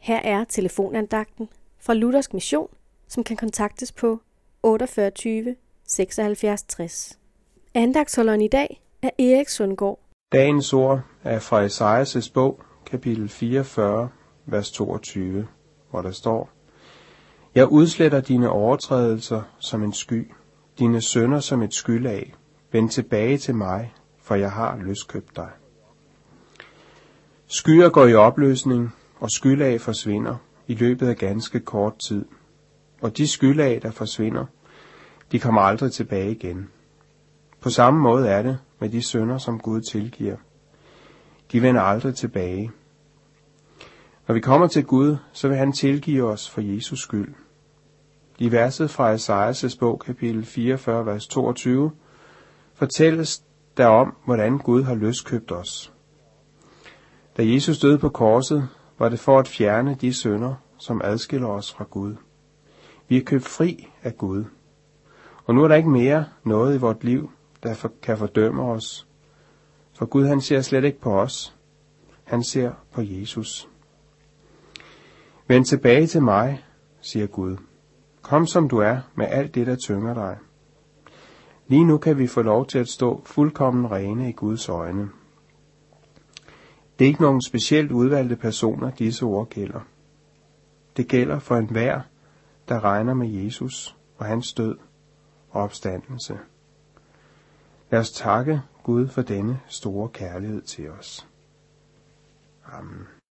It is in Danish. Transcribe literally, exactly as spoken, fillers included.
Her er telefonandagten fra Luthersk Mission, som kan kontaktes på otteogfyrre tyve seksoghalvfjerds tres. Andagtsholderen i dag er Erik Sundgaard. Dagens ord er fra Esajas' bog, kapitel fireogfyrre, vers toogtyve, hvor der står: Jeg udsletter dine overtrædelser som en sky, dine synder som et skylag. Vend tilbage til mig, for jeg har løskøbt dig. Skyer går i opløsning, og skylag forsvinder i løbet af ganske kort tid. Og de skylag, der forsvinder, de kommer aldrig tilbage igen. På samme måde er det med de synder, som Gud tilgiver. De vender aldrig tilbage. Når vi kommer til Gud, så vil han tilgive os for Jesus skyld. I verset fra Esajas' bog, kapitel fireogfyrre, vers toogtyve, fortælles der om, hvordan Gud har løskøbt os. Da Jesus døde på korset, var det for at fjerne de synder, som adskiller os fra Gud. Vi er købt fri af Gud. Og nu er der ikke mere noget i vort liv, der for, kan fordømme os. For Gud, han ser slet ikke på os. Han ser på Jesus. Vend tilbage til mig, siger Gud. Kom som du er med alt det, der tynger dig. Lige nu kan vi få lov til at stå fuldkommen rene i Guds øjne. Det er ikke nogen specielt udvalgte personer, disse ord gælder. Det gælder for enhver, der regner med Jesus og hans død og opstandelse. Lad os takke Gud for denne store kærlighed til os. Amen.